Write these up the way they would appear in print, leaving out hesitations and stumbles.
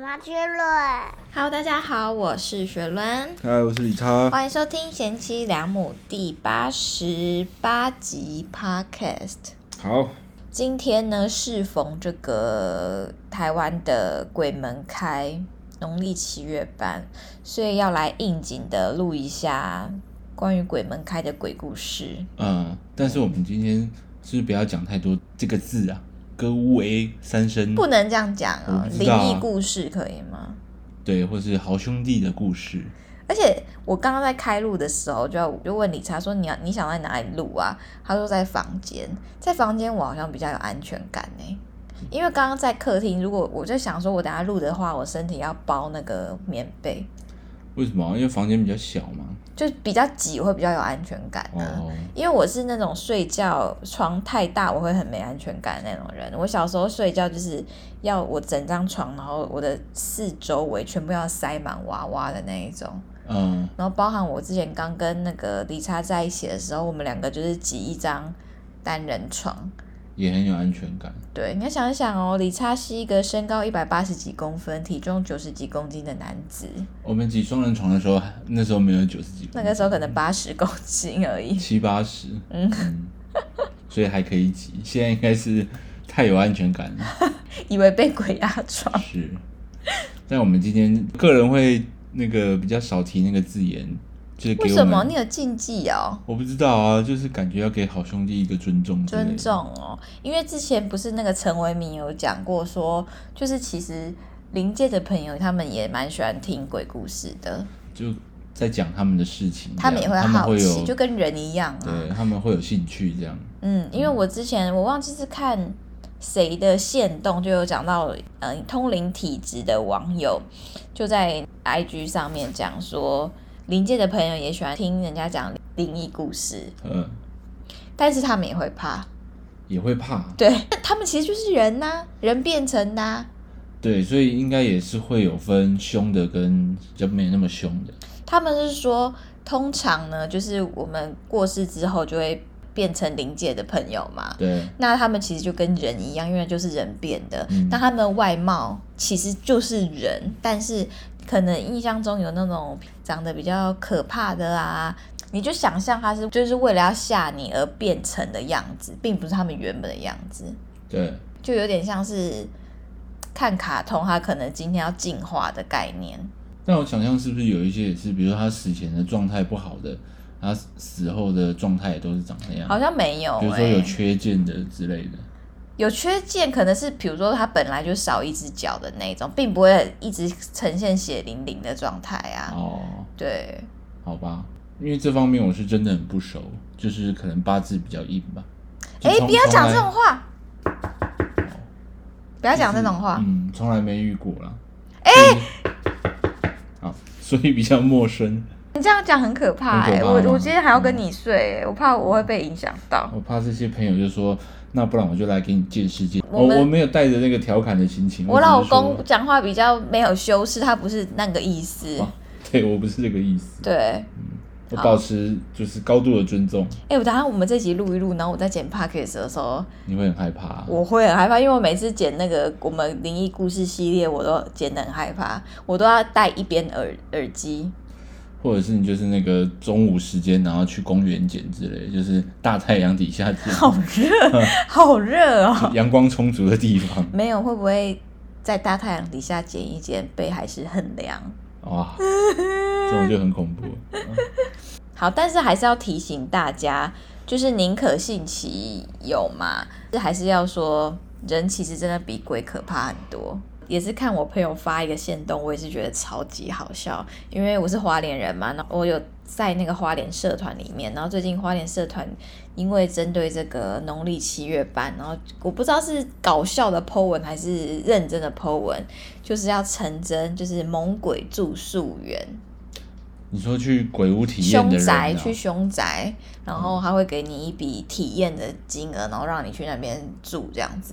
马学伦。 Hello， 大家好，我是学伦。 嗨，我是理查。 欢迎收听贤妻良母第88集 Podcast。 好， 今天呢适逢这个台湾的鬼门开，农历7月半，所以要来应景的录一下关于鬼门开的鬼故事。 但是我们今天是不是不要讲太多这个字啊？歌巫 A 三声不能这样讲哦，灵异故事可以吗？ 对，或是好兄弟的故事。 而且我刚刚在开录的时候就问理查说你想在哪里录啊？他说在房间，在房间我好像比较有安全感欸，因为刚刚在客厅，如果我就想说我等下录的话，我身体要包那个棉被。 为什么？因为房间比较小嘛， 就比较挤，我会比较有安全感啊。因为我是那种睡觉床太大我会很没安全感的那种人。我小时候睡觉就是要我整张床，然后我的四周围全部要塞满娃娃的那一种。然后包含我之前刚跟那个理查在一起的时候，我们两个就是挤一张单人床， 也很有安全感。 对，你要想一想哦，理查是一个身高180几公分、体重90几公斤的男子。 我们挤双人床的时候，那时候没有90几公斤， 那个时候可能80公斤而已 ，70-80，所以还可以挤。现在应该是太有安全感了， 以为被鬼压床。 是，但我们今天个人会那个比较少提那个字眼。就是给我们， 为什么你有禁忌哦？ 我不知道啊，就是感觉要给好兄弟一个尊重。 尊重哦，因为之前不是那个陈为民有讲过说，就是其实灵界的朋友他们也蛮喜欢听鬼故事的， 就在讲他们的事情， 他们也会好奇，就跟人一样啊。 对，他们会有兴趣这样。 因为我之前我忘记是看谁的限动，就有讲到，通灵体质的网友就在 IG 上面讲说。灵界的朋友也喜欢听人家讲灵异故事，但是他们也会怕， 对， 他们其实就是人啊，人变成的啊。 对，所以应该也是会有分凶的跟比较没那么凶的。 他们是说，通常呢，就是我们过世之后就会变成灵界的朋友嘛， 对， 那他们其实就跟人一样，因为就是人变的，那他们的外貌其实就是人，但是可能印象中有那种长得比较可怕的啊，你就想象他是就是为了要吓你而变成的样子，并不是他们原本的样子。 对， 就有点像是看卡通，他可能今天要进化的概念。 但我想象是不是有一些也是，比如说他死前的状态不好的，他死后的状态也都是长那样？ 好像没有， 比如说有缺陷的之类的。 有缺陷可能是比如说他本来就少一只脚的那种，并不会一直呈现血淋淋的状态啊。对， 好吧，因为这方面我是真的很不熟，就是可能八字比较硬吧。 不要讲这种话，不要讲这种话。 从来没遇过啦。好，所以比较陌生。 你这样讲很可怕我今天还要跟你睡我怕我会被影响到。 我怕这些朋友就说，那不然我就来给你见识见。我没有带着那个调侃的心情。 我老公讲话比较没有修饰，他不是那个意思。 对，我不是这个意思。 对， 我保持就是高度的尊重。 我等下我们这集录一录，然后我在剪 podcast 的时候， 你会很害怕？ 我会很害怕，因为我每次剪那个我们灵异故事系列，我都剪得很害怕，我都要戴一边耳机。 或者是你就是那个中午时间，然后去公园剪之类，就是大太阳底下剪。 好热，好热哦！ 阳光充足的地方。 没有，会不会在大太阳底下剪一剪，背还是很凉？ 哇，这种就很恐怖。 好，但是还是要提醒大家，就是宁可信其有嘛，还是要说人其实真的比鬼可怕很多。也是看我朋友发一个限动，我也是觉得超级好笑，因为我是花莲人嘛，然后我有在那个花莲社团里面，然后最近花莲社团因为针对这个农历7月半，然后我不知道是搞笑的 po 文还是认真的 po 文，就是要成真，就是猛鬼住宿园。 你说去鬼屋体验的人， 凶宅去凶宅，然后他会给你一笔体验的金额，然后让你去那边住这样子。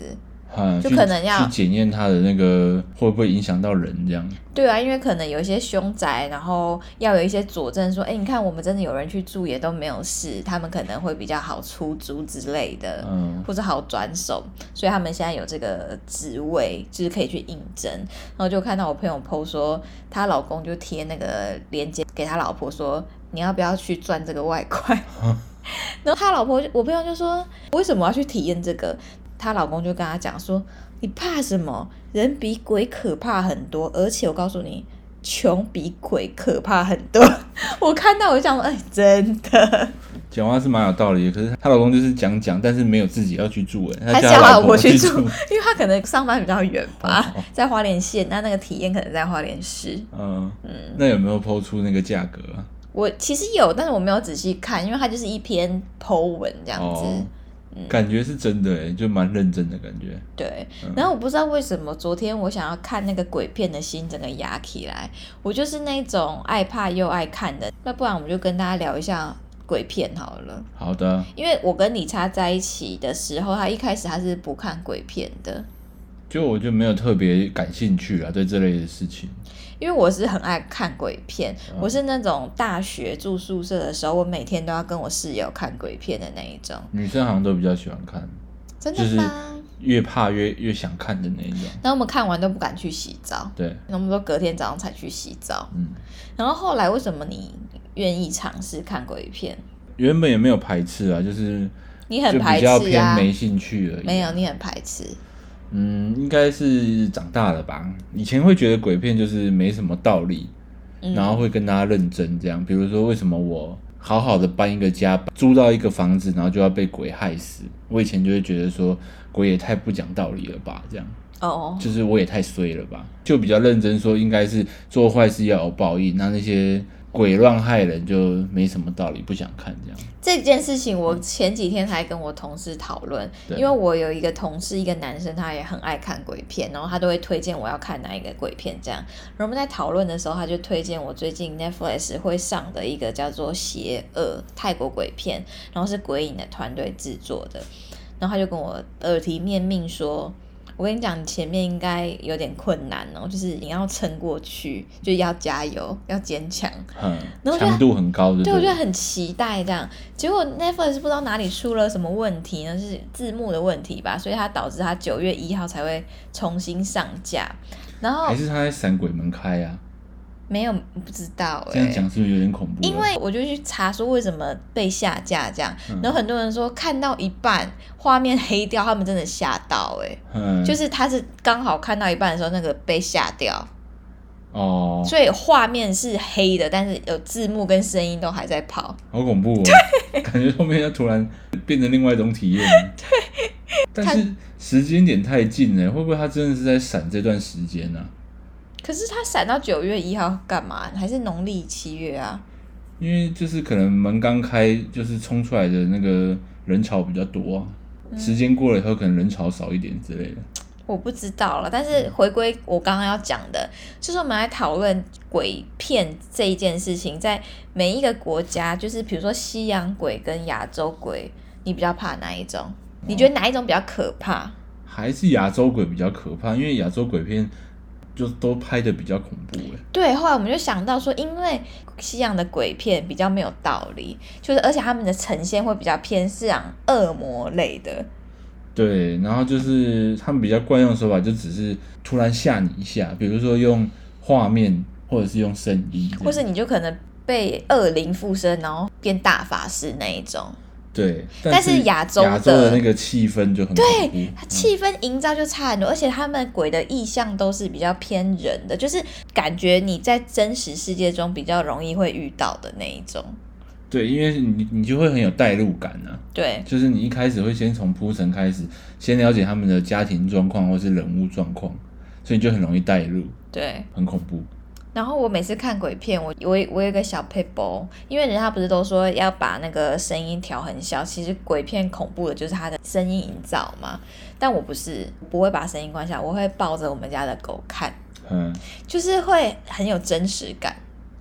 就可能要去检验它的那个会不会影响到人这样。 对啊，因为可能有一些凶宅，然后要有一些佐证说，你看我们真的有人去住也都没有事，他们可能会比较好出租之类的，或者好转手，所以他们现在有这个职位，就是可以去应征。然后就看到我朋友 po 说，她老公就贴那个链接给他老婆说，你要不要去赚这个外快？然后他老婆，我朋友就说，为什么要去体验这个？她老公就跟她讲说，你怕什么？人比鬼可怕很多，而且我告诉你，穷比鬼可怕很多。我看到我就想说，真的。 讲话是蛮有道理的，可是她老公就是讲，但是没有自己要去住， 他叫他老婆去住，因为他可能上班比较远吧，在花莲县，那个体验可能在花莲市。 那有没有 po 出那个价格啊？ 我其实有，但是我没有仔细看，因为它就是一篇 po 文这样子。 感觉是真的就蛮认真的感觉。 对，然后我不知道为什么昨天我想要看那个鬼片的心整个压起来，我就是那种爱怕又爱看的。那不然我们就跟大家聊一下鬼片好了。 好的。 因为我跟理查在一起的时候，他一开始他是不看鬼片的， 我就没有特别感兴趣啦，对这类的事情。 因为我是很爱看鬼片，我是那种大学住宿舍的时候，我每天都要跟我室友看鬼片的那一种。 女生好像都比较喜欢看， 真的吗？ 就是越怕越想看的那一种。 然后我们看完都不敢去洗澡， 对， 然后我们都隔天早上才去洗澡。然后后来为什么你愿意尝试看鬼片？ 原本也没有排斥啊，就是你很排斥就比较偏没兴趣而已。 没有，你很排斥。 应该是长大了吧。以前会觉得鬼片就是没什么道理，然后会跟大家认真这样。比如说，为什么我好好的搬一个家，租到一个房子，然后就要被鬼害死？我以前就会觉得说，鬼也太不讲道理了吧，这样。就是我也太衰了吧，就比较认真说，应该是做坏事要有报应。那些鬼乱害人就没什么道理，不想看这样。 这件事情我前几天才跟我同事讨论，因为我有一个同事，一个男生，他也很爱看鬼片，然后他都会推荐我要看哪一个鬼片这样。然后我们在讨论的时候，他就推荐我最近 Netflix 会上的一个叫做《邪恶》泰国鬼片，然后是鬼影的团队制作的。然后他就跟我耳提面命说，我跟你讲，你前面应该有点困难就是你要撑过去，就要加油，要坚强。 强度很高的。 对，我觉得很期待这样。结果 Netflix 不知道哪里出了什么问题呢，是字幕的问题吧，所以它导致它9月1号才会重新上架。然后还是他在闪鬼门开啊？ 没有，不知道这样讲是不是有点恐怖？ 因为我就去查说为什么被下架这样，然后很多人说看到一半画面黑掉，他们真的吓到就是他是刚好看到一半的时候那个被下掉所以画面是黑的，但是有字幕跟声音都还在跑， 好恐怖感觉后面要突然变成另外一种体验。对，但是时间点太近了，会不会他真的是在闪这段时间啊？ 可是他闪到9月1号干嘛？还是农历7月啊？ 因为就是可能门刚开，就是冲出来的那个人潮比较多啊。时间过了以后，可能人潮少一点之类的。 我不知道了，但是回归我刚刚要讲的，就是我们来讨论鬼片这一件事情，在每一个国家，就是比如说西洋鬼跟亚洲鬼，你比较怕哪一种？你觉得哪一种比较可怕？ 还是亚洲鬼比较可怕，因为亚洲鬼片就都拍的比较恐怖对，后来我们就想到说，因为西洋的鬼片比较没有道理，就是而且他们的呈现会比较偏向恶魔类的。 对，然后就是他们比较惯用的手法，就只是突然吓你一下，比如说用画面或者是用声音， 或是你就可能被恶灵附身，然后变大法师那一种。 对， 但是亚洲的那个气氛就很恐怖， 对，气氛营造就差很多，而且他们鬼的意象都是比较偏人的，就是感觉你在真实世界中比较容易会遇到的那一种。 对，因为你就会很有代入感啊。 对， 就是你一开始会先从铺陈开始，先了解他们的家庭状况或是人物状况，所以你就很容易代入。 对， 很恐怖。 然后我每次看鬼片，我有一个小撇步，因为人家不是都说要把那个声音调很小，其实鬼片恐怖的就是它的声音营造嘛。但我不会把声音关小，我会抱着我们家的狗看，就是会很有真实感。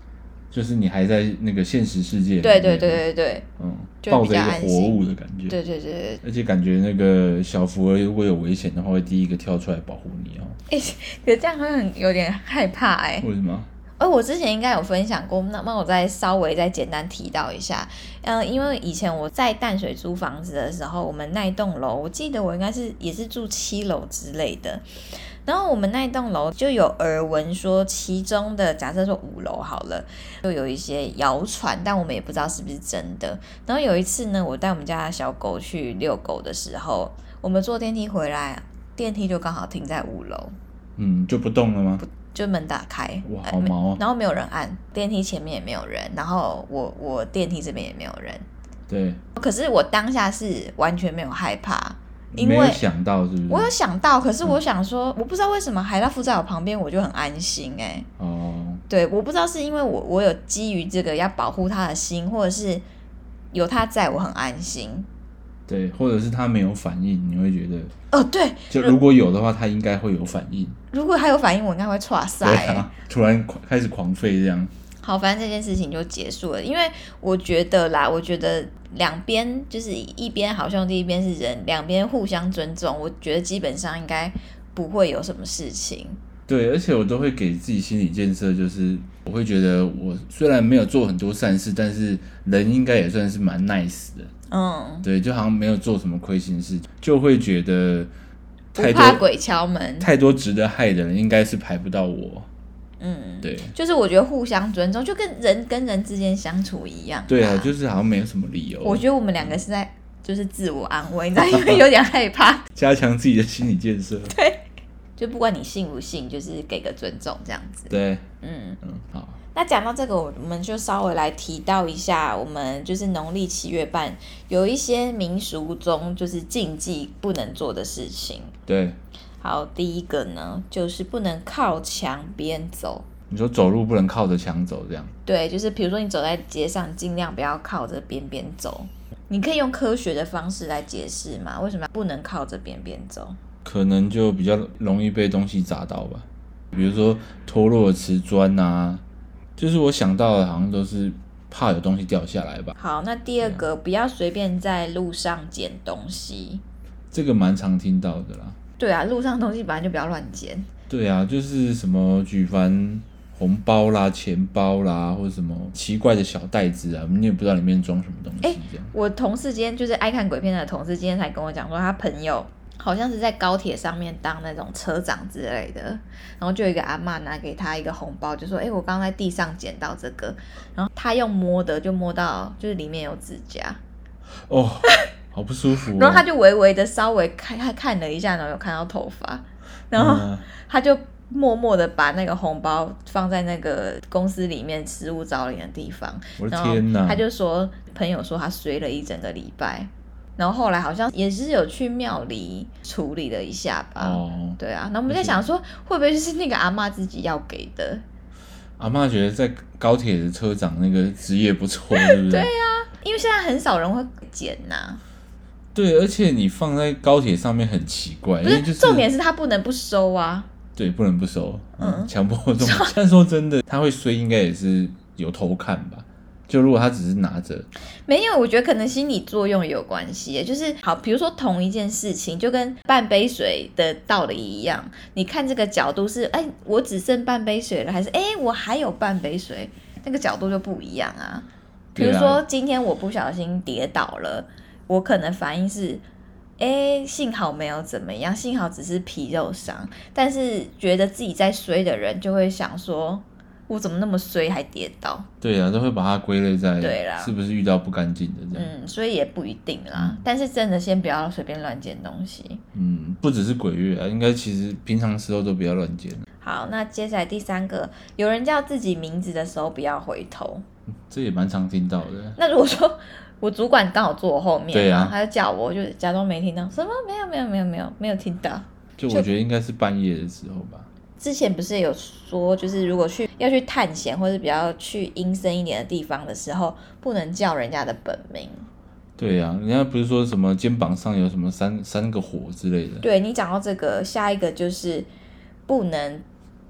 就是你还在那个现实世界里面， 对对对对对，就抱着一个比较安活物心。 的感觉， 对对对对， 而且感觉那个小福儿如果有危险的话，会第一个跳出来保护你哦。 可是这样会有点害怕为什么？ 我之前应该有分享过，那我再稍微再简单提到一下。因为以前我在淡水租房子的时候，我们那一栋楼，我记得我应该也是住7楼之类的。然后我们那一栋楼就有耳闻说，其中的假设说5楼好了，就有一些谣传，但我们也不知道是不是真的。然后有一次呢，我带我们家的小狗去遛狗的时候，我们坐电梯回来，电梯就刚好停在5楼， 就不动了吗？ 就门打开， 哇，好毛哦！ 然后没有人按，电梯前面也没有人，然后我电梯这边也没有人。 对。 可是我当下是完全没有害怕，因为没为有想到是不是？ 我有想到，可是我想说，我不知道为什么海大夫在我旁边，我就很安心对，我不知道是因为我有基于这个要保护他的心，或者是有他在我很安心。 对，或者是他没有反应，你会觉得对， 就如果有的话，他应该会有反应。 如果他有反应，我应该会剉赛突然开始狂吠这样。 好，反正这件事情就结束了，因为我觉得两边就是一边好兄弟，一边是人，两边互相尊重，我觉得基本上应该不会有什么事情。 对，而且我都会给自己心理建设，就是我会觉得我虽然没有做很多善事，但是人应该也算是蛮 nice 的。对，就好像没有做什么亏心事，就会觉得不怕鬼敲门， 太多值得害的人应该是排不到我。对， 就是我觉得互相尊重，就跟人之间相处一样。 对啊，就是好像没有什么理由。 我觉得我们两个是在就是自我安慰，你知道，因为有点害怕， 加强自己的心理建设。 对，就不管你信不信，就是给个尊重这样子。 对，好。 那讲到这个，我们就稍微来提到一下，我们就是农历7月半有一些民俗中就是禁忌不能做的事情。 对， 好，第一个呢，就是不能靠墙边走。 你说走路不能靠着墙走，这样？ 对，就是比如说你走在街上，尽量不要靠着边边走。你可以用科学的方式来解释吗？为什么不能靠着边边走？ 可能就比较容易被东西砸到吧，比如说脱落的瓷砖啊，就是我想到的好像都是怕有东西掉下来吧。 好，那第二个，不要随便在路上捡东西。 这个蛮常听到的啦。 对啊，路上东西本来就不要乱捡。 对啊，就是什么举凡红包啦、钱包啦，或者什么奇怪的小袋子啊，你也不知道里面装什么东西这样。 我同事今天就是爱看鬼片的同事，今天才跟我讲说，他朋友好像是在高铁上面当那种车长之类的，然后就有一个阿嬷拿给他一个红包，就说我刚刚在地上捡到这个，然后他用摸的就摸到就是里面有指甲， 好不舒服然后他就微微的稍微看了一下，然后有看到头发，然后他就默默的把那个红包放在那个公司里面失物招领的地方。 我的天哪！ 他就说朋友说他衰了一整个礼拜，然后后来好像也是有去庙里处理了一下吧。对啊，那我们在想说会不会是那个阿嬷自己要给的？ 阿嬷觉得在高铁的车长那个职业不错，是不是？ 对啊，因为现在很少人会捡呐。 对，而且你放在高铁上面很奇怪，因为就是重点是他不能不收啊。 对，不能不收，强迫这种。但说真的，他会衰应该也是有偷看吧？就如果他只是拿着， 没有，我觉得可能心理作用也有关系。就是好，比如说同一件事情，就跟半杯水的道理一样，你看这个角度是，我只剩半杯水了，还是我还有半杯水，那个角度就不一样啊。比如说今天我不小心跌倒了，我可能反应是，幸好没有怎么样，幸好只是皮肉伤。但是觉得自己在衰的人就会想说，我怎么那么衰还跌倒？ 对啊，都会把它归类在对啦， 是不是遇到不干净的这样。 所以也不一定啦。但是真的先不要随便乱捡东西。 不只是鬼月啊，应该其实平常时候都不要乱捡。 好，那接下来第3个，有人叫自己名字的时候不要回头。 这也蛮常听到的。 那如果说我主管刚好坐我后面， 对啊， 他就叫我，就假装没听到，什么没有听到。 就我觉得应该是半夜的时候吧。 之前不是有说，就是如果要去探险或者比较去阴森一点的地方的时候，不能叫人家的本名。 对啊，人家不是说什么肩膀上有什么三个火之类的。 对，你讲到这个，下一个就是不能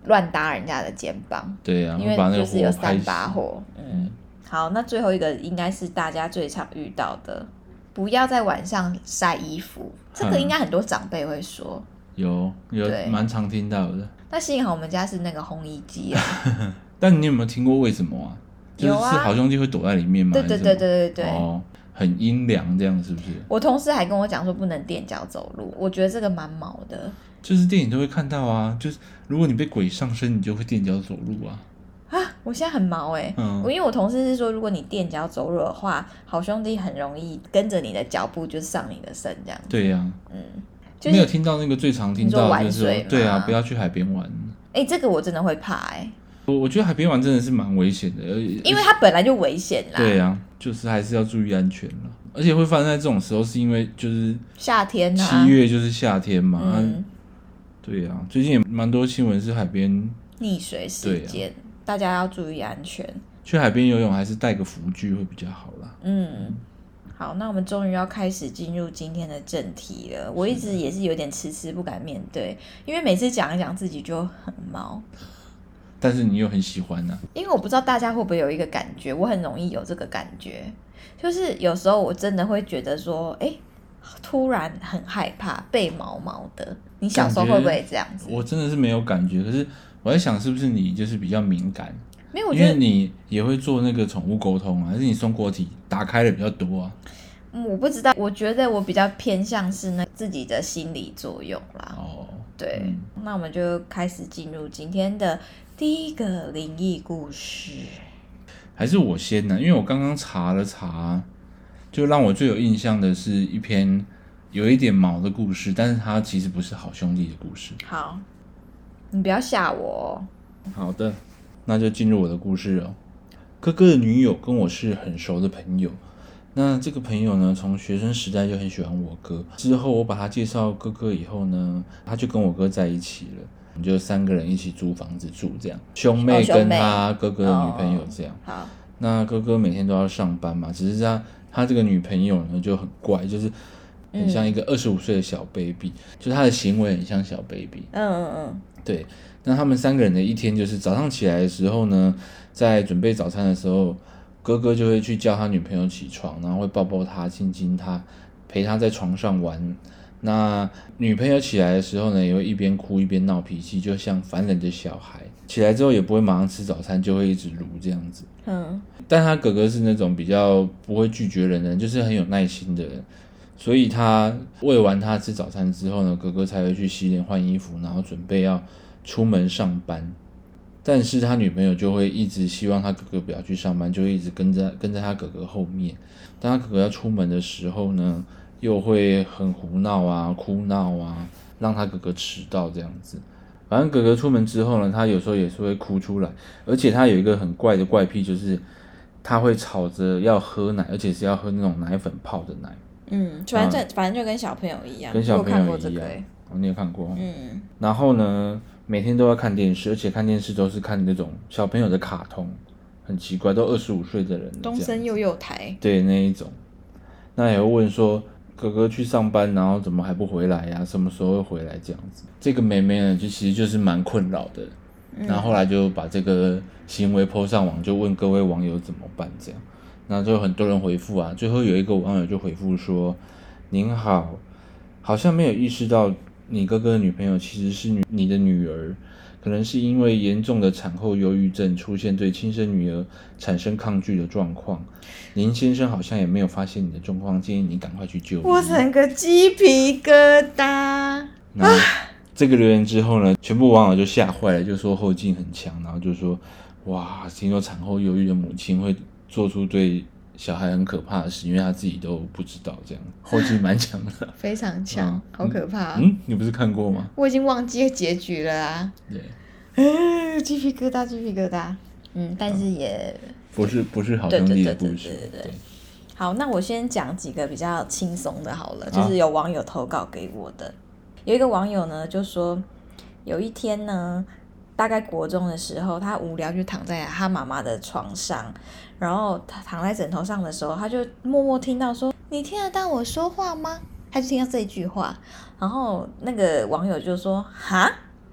乱搭人家的肩膀。 对啊， 因为把那个就是有火拍 3把火。好，那最后一个应该是大家最常遇到的，不要在晚上晒衣服。这个应该很多长辈会说。 有蛮常听到的。 那幸好我们家是那个烘衣机啊。 但你有没有听过为什么啊？就是好兄弟会躲在里面吗？ 对。 哦，很阴凉这样是不是？ 我同事还跟我讲说不能垫脚走路，我觉得这个蛮毛的。 就是电影都会看到啊，就是如果你被鬼上身，你就会垫脚走路啊。 我现在很毛因为我同事是说，如果你垫脚走路的话，好兄弟很容易跟着你的脚步就上你的身这样子。 对呀。没有听到那个最常听到的就是说，对啊，不要去海边玩。 这个我真的会怕我觉得海边玩真的是蛮危险的， 因为它本来就危险啦。 对啊，就是还是要注意安全啦。而且会发生在这种时候，是因为就是夏天啊 ，7月就是夏天嘛。对啊，最近也蛮多新闻是海边溺水事件，大家要注意安全。 去海边游泳还是带个浮具会比较好啦。 好，那我们终于要开始进入今天的正题了。我一直也是有点迟迟不敢面对，因为每次讲一讲自己就很毛。 但是你又很喜欢啊。 因为我不知道大家会不会有一个感觉，我很容易有这个感觉，就是有时候我真的会觉得说，突然很害怕，背毛毛的。你小时候会不会这样子？ 我真的是没有感觉，可是我在想是不是你就是比较敏感？ 没有，我觉得因为你也会做那个宠物沟通啊，还是你松果体打开的比较多啊？ 我不知道，我觉得我比较偏向是那自己的心理作用啦。对，那我们就开始进入今天的第一个灵异故事。 还是我先呢？因为我刚刚查了查，就让我最有印象的是一篇有一点毛的故事，但是它其实不是好兄弟的故事。 好，你不要吓我好的，那就进入我的故事哦。哥哥的女友跟我是很熟的朋友，那这个朋友呢，从学生时代就很喜欢我哥。之后我把他介绍哥哥以后呢，他就跟我哥在一起了，我们就3个人一起租房子住，这样兄妹跟他哥哥的女朋友这样。 好， 那哥哥每天都要上班嘛，只是他这个女朋友呢就很怪，就是很像一个25岁的小 baby，就是他的行为很像小 baby。对，那他们3个人的一天就是早上起来的时候呢，在准备早餐的时候，哥哥就会去叫他女朋友起床，然后会抱抱她、亲亲她，陪她在床上玩。那女朋友起来的时候呢，也会一边哭一边闹脾气，就像烦人的小孩。起来之后也不会马上吃早餐，就会一直撸这样子。但他哥哥是那种比较不会拒绝人的人，就是很有耐心的人。所以他喂完他吃早餐之后呢，哥哥才会去洗脸换衣服，然后准备要出门上班。但是他女朋友就会一直希望他哥哥不要去上班，就会一直跟在他哥哥后面。当他哥哥要出门的时候呢，又会很胡闹啊、哭闹啊，让他哥哥迟到这样子。反正哥哥出门之后呢，他有时候也是会哭出来，而且他有一个很怪的怪癖，就是他会吵着要喝奶，而且是要喝那种奶粉泡的奶。 反正就跟小朋友一样， 跟小朋友一样。 我看过这个你有看过？然后呢，每天都要看电视，而且看电视都是看那种小朋友的卡通，很奇怪，都25岁的人了， 东森幼幼台， 对那一种。那也会问说，哥哥去上班，然后怎么还不回来呀？什么时候会回来这样子？这个妹妹呢，其实就是蛮困扰的。然后后来就把这个行为 po 上网，就问各位网友怎么办这样。那就很多人回复啊，最后有一个网友就回复说：“您好，好像没有意识到你哥哥的女朋友其实是你的女儿，可能是因为严重的产后忧郁症出现对亲生女儿产生抗拒的状况。您先生好像也没有发现你的状况，建议你赶快去就医。” 我整个鸡皮疙瘩。 那这个留言之后呢，全部网友就吓坏了，就说后劲很强，然后就说：“哇，听说产后忧郁的母亲会做出对小孩很可怕的事，因为他自己都不知道，这样后劲蛮强的。” 非常强，好可怕。 你不是看过吗？ 我已经忘记结局了啊。对，鸡皮疙瘩，鸡皮疙瘩。但是也不是好兄弟的故事。 对。好，那我先讲几个比较轻松的好了，就是有网友投稿给我的。有一个网友呢就说，有一天呢，大概国中的时候，他无聊就躺在他妈妈的床上，然后他躺在枕头上的时候，他就默默听到说：“你听得到我说话吗？”他就听到这一句话，然后那个网友就说：“哈，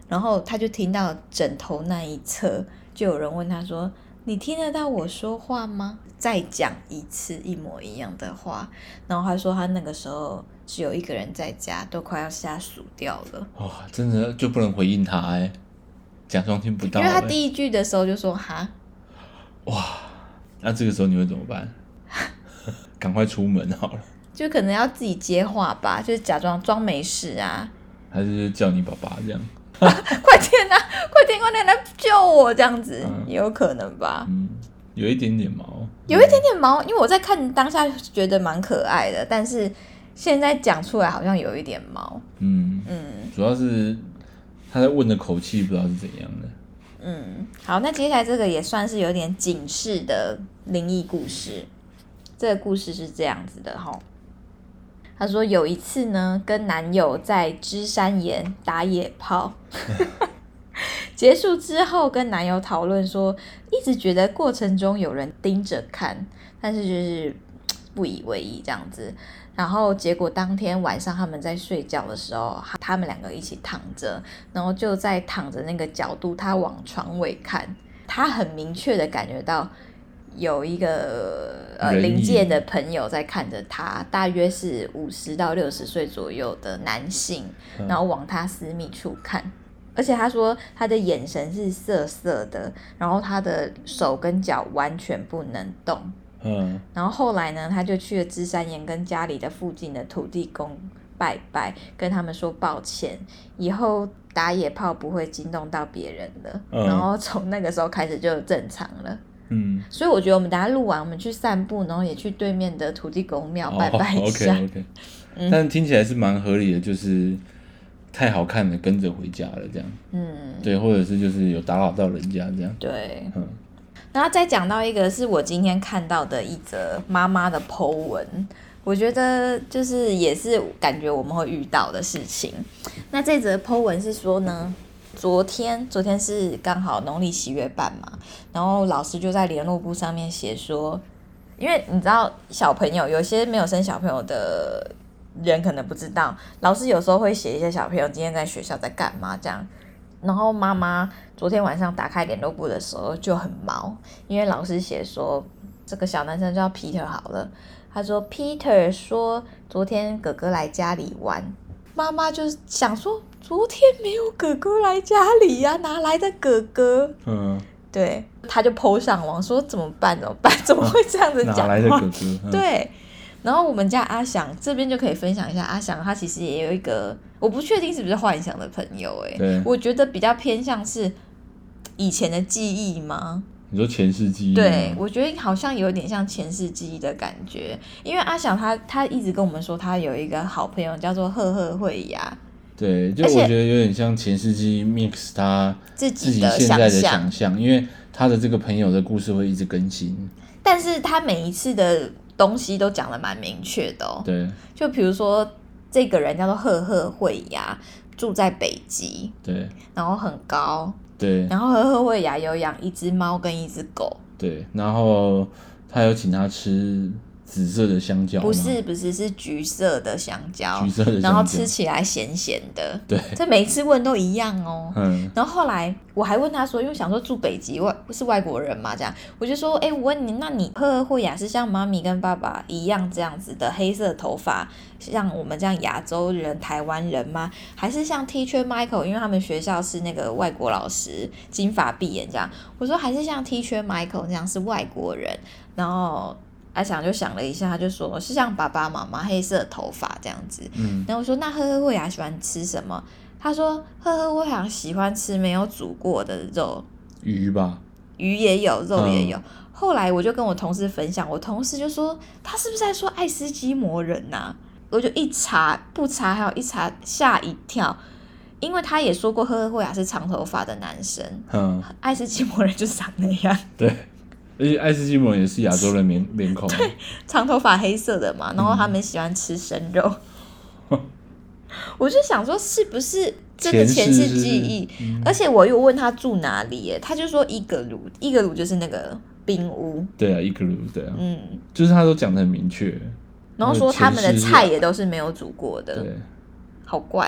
然后他就听到枕头那一侧就有人问他说，你听得到我说话吗？再讲一次一模一样的话。然后他说他那个时候只有一个人在家，都快要吓死掉了。 哇，真的就不能回应他假装听不到因为他第一句的时候就说哈， 哇，那这个时候你会怎么办？赶快出门好了。 就可能要自己接话吧，就是假装没事啊， 还是叫你爸爸这样？ 快点啊，快点来救我这样子，也有可能吧。 有一点点毛， 有一点点毛，因为我在看当下觉得蛮可爱的，但是现在讲出来好像有一点毛。 主要是他在问的口气不知道是怎样的。 好，那接下来这个也算是有点警示的灵异故事。这个故事是这样子的齁，他说有一次呢，跟男友在芝山岩打野炮，结束之后跟男友讨论说，一直觉得过程中有人盯着看，但是就是不以为意这样子。然后结果当天晚上他们在睡觉的时候，他们两个一起躺着，然后就在躺着那个角度，他往床尾看，他很明确的感觉到有一个临界的朋友在看着他，大约是50到60岁左右的男性，然后往他私密处看。而且他说他的眼神是涩涩的，然后他的手跟脚完全不能动。然后后来呢，他就去了芝山岩跟家里的附近的土地公拜拜，跟他们说抱歉，以后打野炮不会惊动到别人了。然后从那个时候开始就正常了。所以我觉得我们等一下录完，我们去散步，然后也去对面的土地公庙拜拜一下。 OK， 但听起来是蛮合理的，就是太好看了，跟着回家了这样。对，或者是就是有打扰到人家这样。 对。然后再讲到一个是我今天看到的一则妈妈的 po 文，我觉得就是也是感觉我们会遇到的事情。那这则 po 文是说呢，昨天是刚好农历7月半嘛，然后老师就在联络簿上面写说，因为你知道小朋友有些没有生小朋友的人可能不知道，老师有时候会写一些小朋友今天在学校在干嘛这样。然后妈妈昨天晚上打开联络簿的时候就很毛，因为老师写说这个小男生叫 Peter 好了，他说 Peter 说昨天哥哥来家里玩，妈妈就想说昨天没有哥哥来家里啊，哪来的哥哥？对，他就 po 上网说怎么办，怎么会这样子讲话？ 哪来的哥哥？ 对。然后我们家阿翔这边就可以分享一下，阿翔他其实也有一个，我不确定是不是幻想的朋友我觉得比较偏向是以前的记忆吗？ 你说前世记忆？ 对，我觉得好像有点像前世记忆的感觉，因为阿翔他一直跟我们说他有一个好朋友叫做赫赫惠雅。 对，就我觉得有点像前世记忆 mix 他自己现在的想象，因为他的这个朋友的故事会一直更新， 但是他每一次的东西都讲得蛮明确的对， 就比如说这个人叫做赫赫惠雅，住在北极， 对， 然后很高， 对， 然后赫赫惠雅有养一只猫跟一只狗， 对，然后他有请他吃紫色的香蕉吗？ 不是，是橘色的香蕉， 橘色的香蕉， 然后吃起来咸咸的。 对， 这每一次问都一样哦。然后后来我还问他说，因为想说住北极是外国人嘛，这样我就说，我问你，那你赫赫惠雅是像妈咪跟爸爸一样这样子的黑色头发，像我们这样亚洲人、台湾人吗？还是像 Teacher Michael， 因为他们学校是那个外国老师，金发碧眼这样。我说还是像 Teacher Michael 这样是外国人，然后。阿翔就想了一下，他就说是像爸爸妈妈黑色头发这样子。然后我说那赫赫惠雅喜欢吃什么？他说赫赫惠雅喜欢吃没有煮过的肉， 鱼吧， 鱼也有，肉也有。后来我就跟我同事分享，我同事就说他是不是在说爱斯基摩人啊？我就一查不查，还有一查吓一跳，因为他也说过赫赫惠雅是长头发的男生，爱斯基摩人就是长那样。 对。而且爱斯基摩人也是亚洲人脸孔， 对，长头发黑色的嘛，然后他们喜欢吃生肉。我就想说，是不是真的前世记忆？而且我又问他住哪里耶，他就说伊格鲁，伊格鲁就是那个冰屋。 对啊，伊格鲁，对啊，就是他都讲得很明确。 然后说他们的菜也都是没有煮过的， 对， 好怪。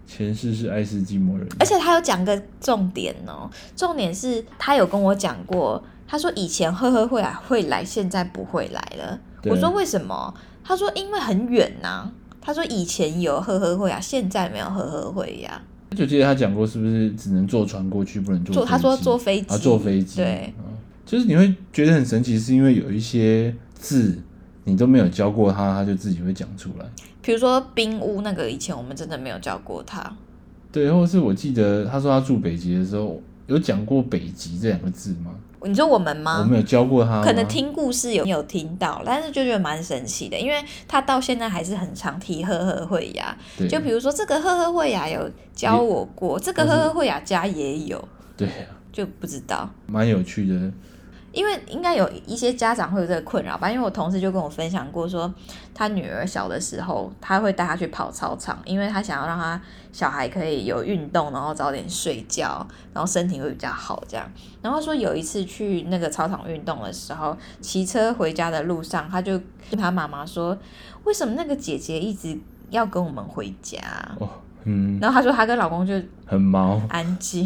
前世是爱斯基摩人， 而且他有讲个重点哦，重点是他有跟我讲过，他说以前赫赫会来，现在不会来了。我说为什么？他说因为很远啊。他说以前有赫赫会啊，现在没有赫赫会呀。 就记得他讲过，是不是只能坐船过去，不能坐飞机？ 他说坐飞机， 坐飞机， 对， 就是你会觉得很神奇，是因为有一些字你都没有教过他，他就自己会讲出来。 比如说冰屋那个，以前我们真的没有教过他。 对，或是我记得他说他住北极的时候，有讲过北极这2个字吗？ 你说我们吗？ 我没有教过他吗？ 可能听故事有听到，但是就觉得蛮神奇的，因为他到现在还是很常提赫赫会雅。就比如说这个赫赫会雅有教我过，这个赫赫会雅家也有。 对啊， 就不知道， 蛮有趣的。 因为应该有一些家长会有这个困扰吧，因为我同事就跟我分享过说，他女儿小的时候，他会带她去跑操场，因为他想要让他小孩可以有运动，然后早点睡觉，然后身体会比较好这样。然后说有一次去那个操场运动的时候，骑车回家的路上，他就跟他妈妈说，为什么那个姐姐一直要跟我们回家？然后他说他跟老公就很毛安静。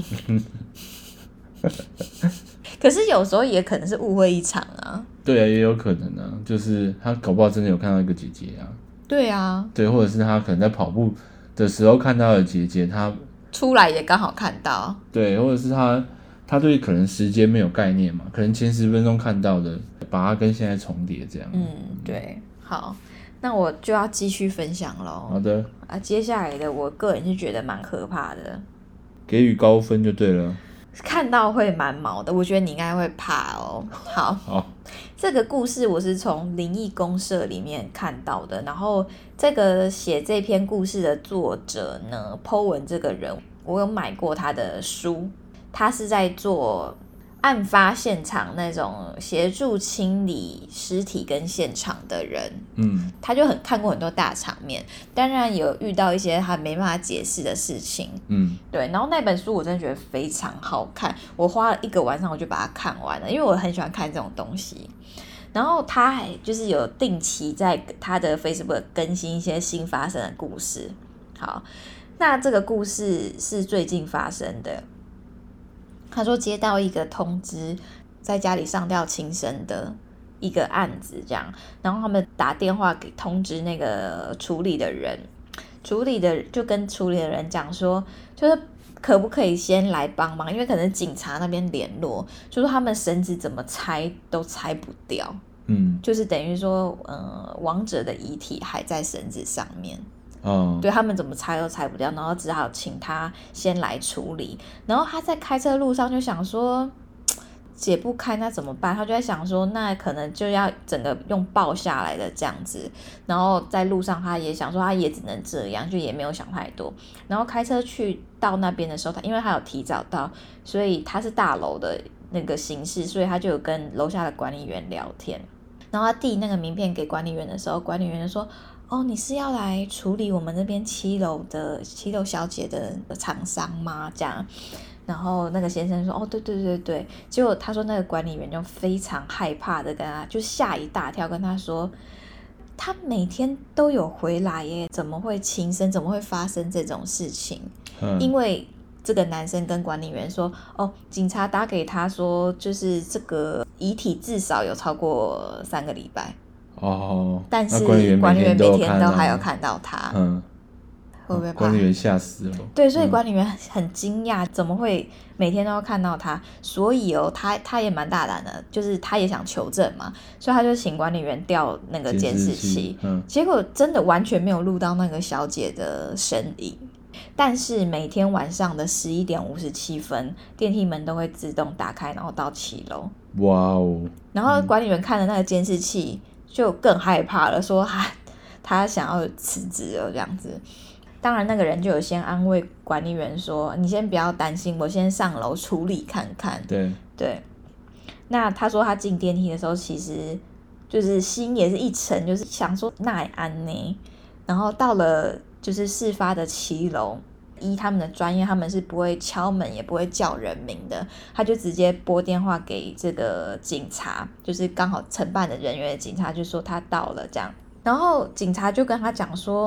可是有时候也可能是误会一场啊。 对啊，也有可能啊，就是他搞不好真的有看到一个姐姐啊。 对啊。 对，或者是他可能在跑步的时候看到的姐姐，他出来也刚好看到。 对，或者是他对可能时间没有概念嘛，可能前10分钟看到的，把它跟现在重叠这样。 对，好，那我就要继续分享咯。 好的。 接下来的我个人是觉得蛮可怕的， 给予高分就对了。 看到会蛮毛的，我觉得你应该会怕哦。好，这个故事我是从灵异公社里面看到的，然后这个写这篇故事的作者呢，po文这个人，我有买过他的书，他是在做案发现场那种协助清理尸体跟现场的人。他就看过很多大场面，当然有遇到一些他没办法解释的事情。对，然后那本书我真的觉得非常好看，我花了1个晚上我就把它看完了，因为我很喜欢看这种东西。然后他还就是有定期在他的 Facebook 更新一些新发生的故事。好，那这个故事是最近发生的。他说接到一个通知，在家里上吊轻生的一个案子这样，然后他们打电话给通知那个处理的人，就跟处理的人讲说，就是可不可以先来帮忙，因为可能警察那边联络，就说他们绳子怎么拆都拆不掉。就是等于说亡者的遗体还在绳子上面。对，他们怎么拆都拆不掉，然后只好请他先来处理。然后他在开车路上就想说解不开那怎么办，他就在想说那可能就要整个用抱下来的这样子。然后在路上他也想说他也只能这样，就也没有想太多。然后开车去到那边的时候，因为他有提早到，所以他是大楼的那个形式，所以他就有跟楼下的管理员聊天。然后他递那个名片给管理员的时候，管理员就说你是要来处理我们那边7楼小姐的厂商吗？这样。然后那个先生说对。结果他说那个管理员就非常害怕的跟他就吓一大跳，跟他说他每天都有回来耶，怎么会轻生，怎么会发生这种事情？因为这个男生跟管理员说警察打给他说就是这个遗体至少有超过3个礼拜。但是管理员每天都还有看到他。会不会怕？ 管理员吓死了。 对，所以管理员很惊讶，怎么会每天都要看到他？所以他也蛮大胆的，就是他也想求证嘛，所以他就请管理员调那个监视器。结果真的完全没有录到那个小姐的身影。但是每天晚上的11点57分，电梯门都会自动打开，然后到7楼。 哇哦！ 然后管理员看了那个监视器，就更害怕了，说他想要辞职了这样子。当然那个人就有先安慰管理员说你先不要担心，我先上楼处理看看。对。那他说他进电梯的时候其实就是心也是一沉，就是想说那也安呢。然后到了就是事发的7楼，依他们的专业他们是不会敲门也不会叫人名的，他就直接拨电话给这个警察，就是刚好承办的人员的警察，就说他到了这样。然后警察就跟他讲说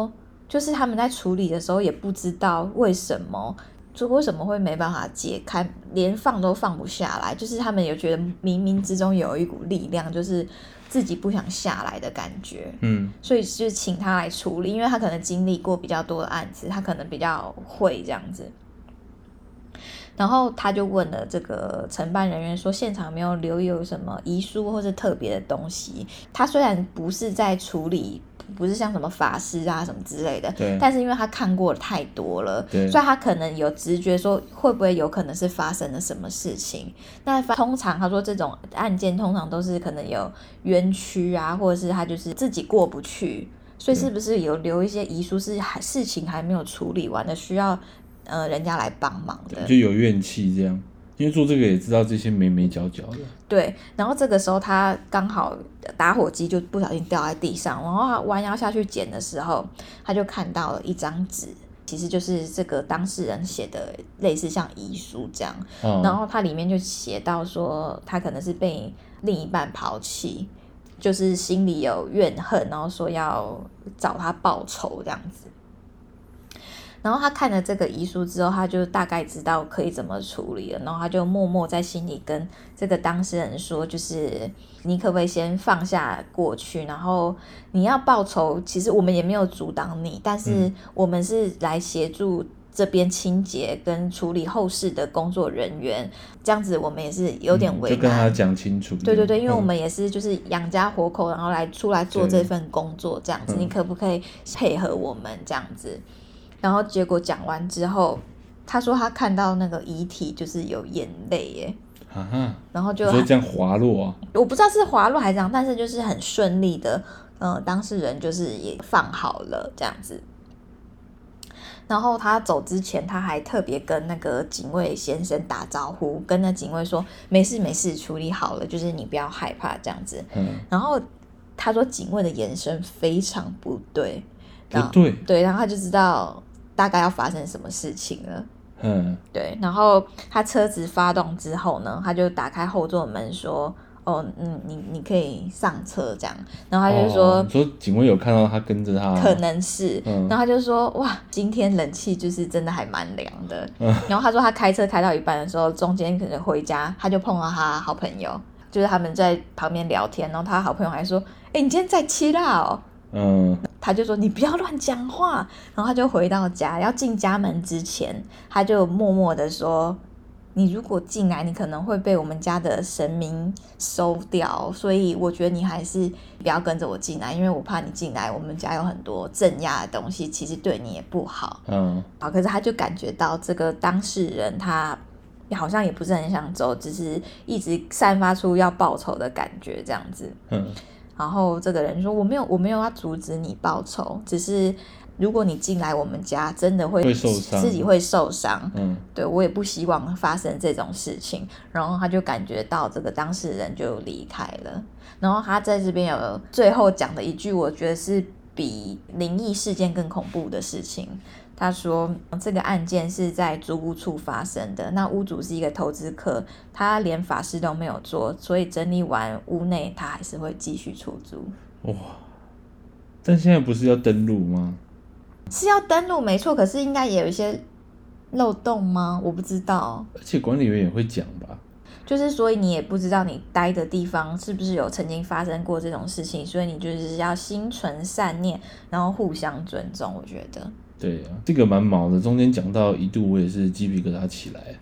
就是他们在处理的时候也不知道为什么会没办法解开，连放都放不下来，就是他们有觉得冥冥之中有一股力量，就是自己不想下来的感觉，所以就请他来处理，因为他可能经历过比较多的案子，他可能比较会这样子。然后他就问了这个承办人员说，现场没有留有什么遗书或是特别的东西。他虽然不是在处理，不是像什么法师啊什么之类的，但是因为他看过太多了，所以他可能有直觉说会不会有可能是发生了什么事情。那通常他说这种案件通常都是可能有冤屈啊，或者是他就是自己过不去，所以是不是有留一些遗书是事情还没有处理完的，需要人家来帮忙的， 就有怨气这样。因为做这个也知道这些眉角角的。 对，然后这个时候他刚好打火机就不小心掉在地上，然后他弯腰下去捡的时候，他就看到了一张纸，其实就是这个当事人写的类似像遗书这样，然后他里面就写到说他可能是被另一半抛弃，就是心里有怨恨，然后说要找他报仇这样子。然后他看了这个遗书之后，他就大概知道可以怎么处理了，然后他就默默在心里跟这个当事人说，就是你可不可以先放下过去，然后你要报仇，其实我们也没有阻挡你，但是我们是来协助这边清洁跟处理后事的工作人员，这样子我们也是有点为难， 就跟他讲清楚。 对，因为我们也是就是养家活口，然后出来做这份工作这样子，你可不可以配合我们这样子？然后结果讲完之后，他说他看到那个遗体就是有眼泪耶，然后就你说这样滑落啊？ 我不知道是滑落还是怎样，但是就是很顺利的，当事人就是也放好了这样子。然后他走之前，他还特别跟那个警卫先生打招呼，跟那警卫说没事，处理好了，就是你不要害怕这样子。然后他说警卫的眼神非常不对，对，然后他就知道大概要发生什么事情了。对，然后他车子发动之后呢，他就打开后座门说：“你可以上车这样。”然后他就说：“ 你说警卫有看到他跟着他？ 可能是。”然后他就说：“哇，今天冷气就是真的还蛮凉的。”然后他说他开车开到一半的时候，中间可能回家，他就碰到他好朋友，就是他们在旁边聊天，然后他好朋友还说：“你今天在七啦哦。”他就说你不要乱讲话，然后他就回到家，要进家门之前，他就默默的说，你如果进来，你可能会被我们家的神明收掉，所以我觉得你还是不要跟着我进来，因为我怕你进来，我们家有很多镇压的东西，其实对你也不好。可是他就感觉到这个当事人他好像也不是很想走，只是一直散发出要报仇的感觉这样子。然后这个人说我没有要阻止你报仇，只是如果你进来我们家真的会受伤， 自己会受伤。对，我也不希望发生这种事情。然后他就感觉到这个当事人就离开了。然后他在这边有最后讲的一句，我觉得是比灵异事件更恐怖的事情。他说这个案件是在租屋处发生的，那屋主是一个投资客，他连法事都没有做，所以整理完屋内他还是会继续出租。 哇！但现在不是要登录吗？ 是要登录没错，可是应该也有一些漏洞吗？我不知道。 而且管理员也会讲吧， 就是所以你也不知道你待的地方是不是有曾经发生过这种事情，所以你就是要心存善念，然后互相尊重。我觉得对啊，这个蛮毛的，中间讲到一度我也是鸡皮疙瘩起来。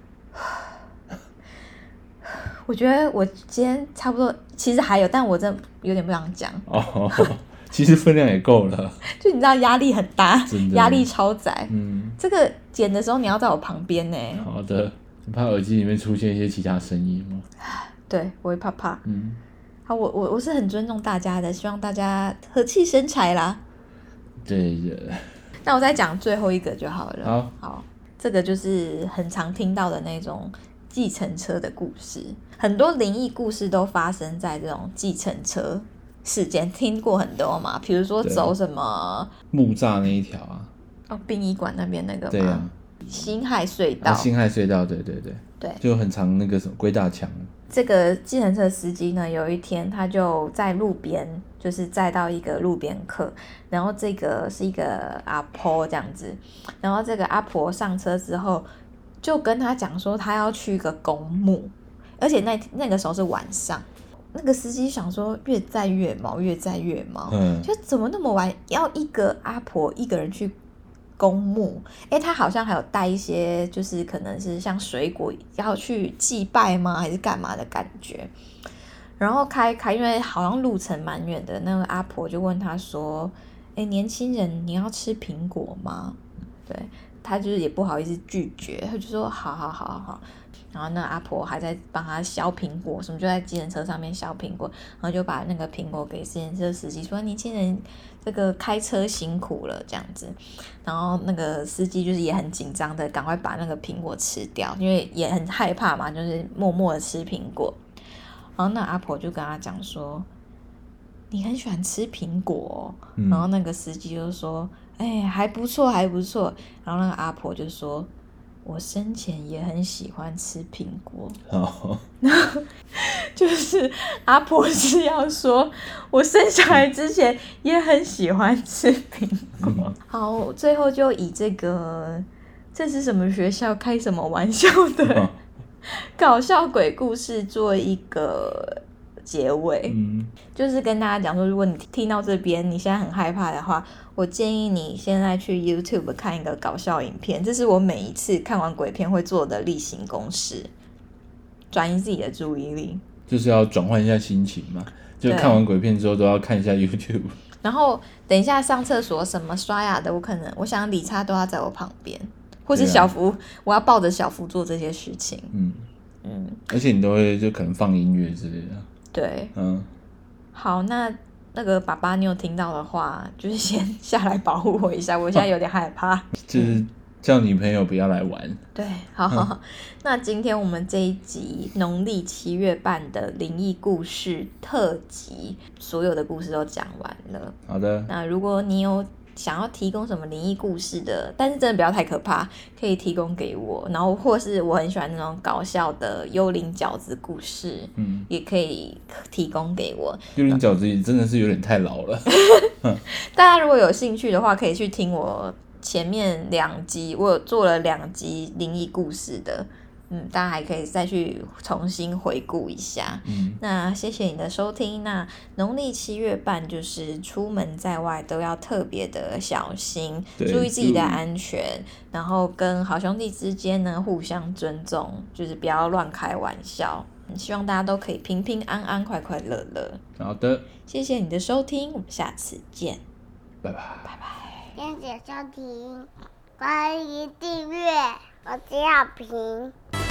我觉得我今天差不多，其实还有，但我真的有点不想讲。 其实分量也够了。 就你知道压力很大，压力超载。这个剪的时候你要在我旁边呢。 好的，你怕耳机里面出现一些其他声音吗？ 对，我会怕。好，我是很尊重大家的，希望大家和气生财啦。 对的。 那我再讲最后一个就好了。 好， 这个就是很常听到的那种计程车的故事，很多灵异故事都发生在这种计程车事件，听过很多嘛？比如说走什么木栅那一条啊， 殡仪馆那边那个嘛， 对啊， 辛亥隧道， 辛亥隧道，对，就很常那个什么鬼打墙这个计程车司机呢，有一天他就在路边，就是载到一个路边客，然后这个是一个阿婆这样子，然后这个阿婆上车之后，就跟他讲说他要去一个公墓，而且那个时候是晚上。那个司机想说越载越毛，越载越毛，就怎么那么晚要一个阿婆一个人去公墓？他好像还有带一些，就是可能是像水果要去祭拜吗？还是干嘛的感觉？然后开，因为好像路程蛮远的，那个阿婆就问他说：“年轻人，你要吃苹果吗？”对，他就是也不好意思拒绝，他就说：“好。”然后那阿婆还在帮他削苹果，什么就在计程车上面削苹果，然后就把那个苹果给计程车司机说：“年轻人，这个开车辛苦了。”这样子，然后那个司机就是也很紧张的，赶快把那个苹果吃掉，因为也很害怕嘛，就是默默的吃苹果。然后那阿婆就跟他讲说：“你很喜欢吃苹果哦。”然后那个司机就说：“还不错。”然后那个阿婆就说：“我生前也很喜欢吃苹果。”就是阿婆是要说我生小孩之前也很喜欢吃苹果。好，最后就以这是什么学校开什么玩笑的搞笑鬼故事做一个结尾。就是跟大家讲说，如果你听到这边你现在很害怕的话，我建议你现在去 YouTube 看一个搞笑影片，这是我每一次看完鬼片会做的例行公事，转移自己的注意力， 就是要转换一下心情嘛，就看完鬼片之后都要看一下 YouTube， 然后等一下上厕所什么刷牙的，我想理查都要在我旁边，或是小福，我要抱着小福做这些事情。 而且你都会就可能放音乐之类的。 对，好，那个爸爸，你有听到的话，就是先下来保护我一下，我现在有点害怕。 就是叫女朋友不要来玩。 对，好，那今天我们这一集农历7月半的灵异故事特辑，所有的故事都讲完了。 好的。 那如果你有想要提供什么灵异故事的，但是真的不要太可怕，可以提供给我，然后或是我很喜欢那种搞笑的幽灵饺子故事，也可以提供给我。 幽灵饺子也真的是有点太老了。 大家如果有兴趣的话，可以去听我前面2集，我有做了2集灵异故事的，大家还可以再去重新回顾一下。那谢谢你的收听。那农历7月半，就是出门在外都要特别的小心，注意自己的安全，然后跟好兄弟之间呢互相尊重，就是不要乱开玩笑。希望大家都可以平平安安、快快乐乐。 好的， 谢谢你的收听，我们下次见， 拜拜。 谢谢收听，欢迎订阅，我是小平。